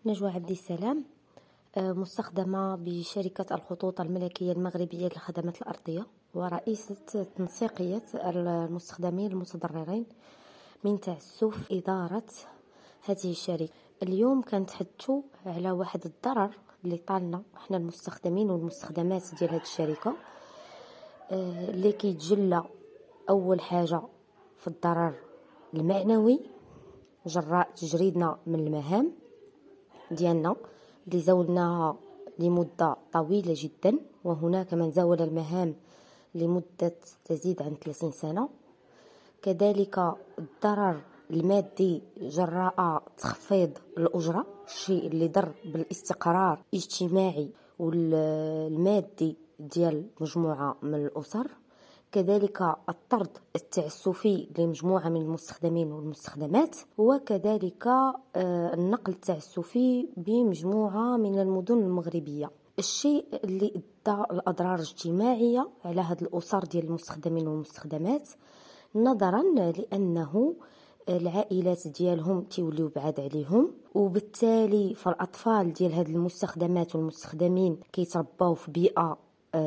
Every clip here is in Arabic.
نجوى عبد السلام، مستخدمة بشركة الخطوط الملكية المغربية للخدمات الأرضية، ورئيسة تنسيقية المستخدمين المتضررين من تعسف إدارة هذه الشركة. اليوم كنتحدثوا على واحد الضرر اللي طالنا احنا المستخدمين والمستخدمات ديال هذه الشركة، اللي كيتجلى أول حاجة في الضرر المعنوي جراء تجريدنا من المهام ديالنا اللي زاولناها لمدة طويلة جدا، وهناك من زاول المهام لمدة تزيد عن 30 سنة. كذلك الضرر المادي جراء تخفيض الأجرة، الشيء اللي ضر بالاستقرار الاجتماعي والمادي ديال مجموعة من الأسر. كذلك الطرد التعسفي لمجموعة من المستخدمين والمستخدمات، وكذلك النقل التعسفي بمجموعة من المدن المغربية، الشيء اللي ادى الأضرار الاجتماعية على هذه الأسر ديال المستخدمين والمستخدمات، نظرا لأنه العائلات ديالهم تيوليو بعاد عليهم، وبالتالي فالأطفال ديال هذه المستخدمات والمستخدمين كيترباو في بيئة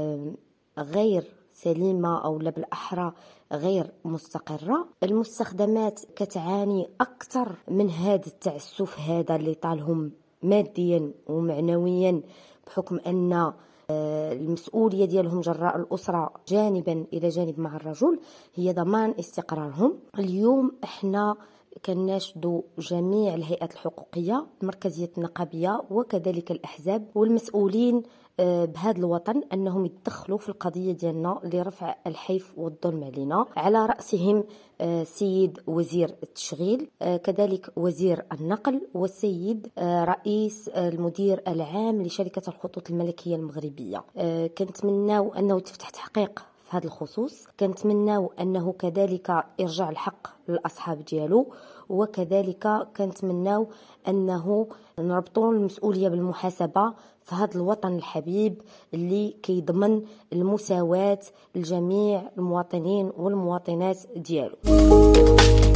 غير سليمة أو بالأحرى غير مستقرة. المستخدمات كتعاني أكثر من هذا التعسف هذا اللي طالهم ماديا ومعنويا، بحكم أن المسؤولية ديالهم جراء الأسرة جانبا إلى جانب مع الرجل هي ضمان استقرارهم. اليوم احنا كناشدوا جميع الهيئات الحقوقية، المركزية النقابية، وكذلك الأحزاب والمسؤولين بهذا الوطن أنهم يتدخلوا في القضية ديالنا لرفع الحيف والظلم علينا، على رأسهم سيد وزير التشغيل، كذلك وزير النقل، والسيد رئيس المدير العام لشركة الخطوط الملكية المغربية. كنتمناو أنه تفتح تحقيق في هذا الخصوص، كنتمناو أنه كذلك يرجع الحق للأصحاب ديالو، وكذلك كنتمناو أنه نربطوا المسؤولية بالمحاسبة في هذا الوطن الحبيب اللي كيضمن المساواة لجميع المواطنين والمواطنات ديالو.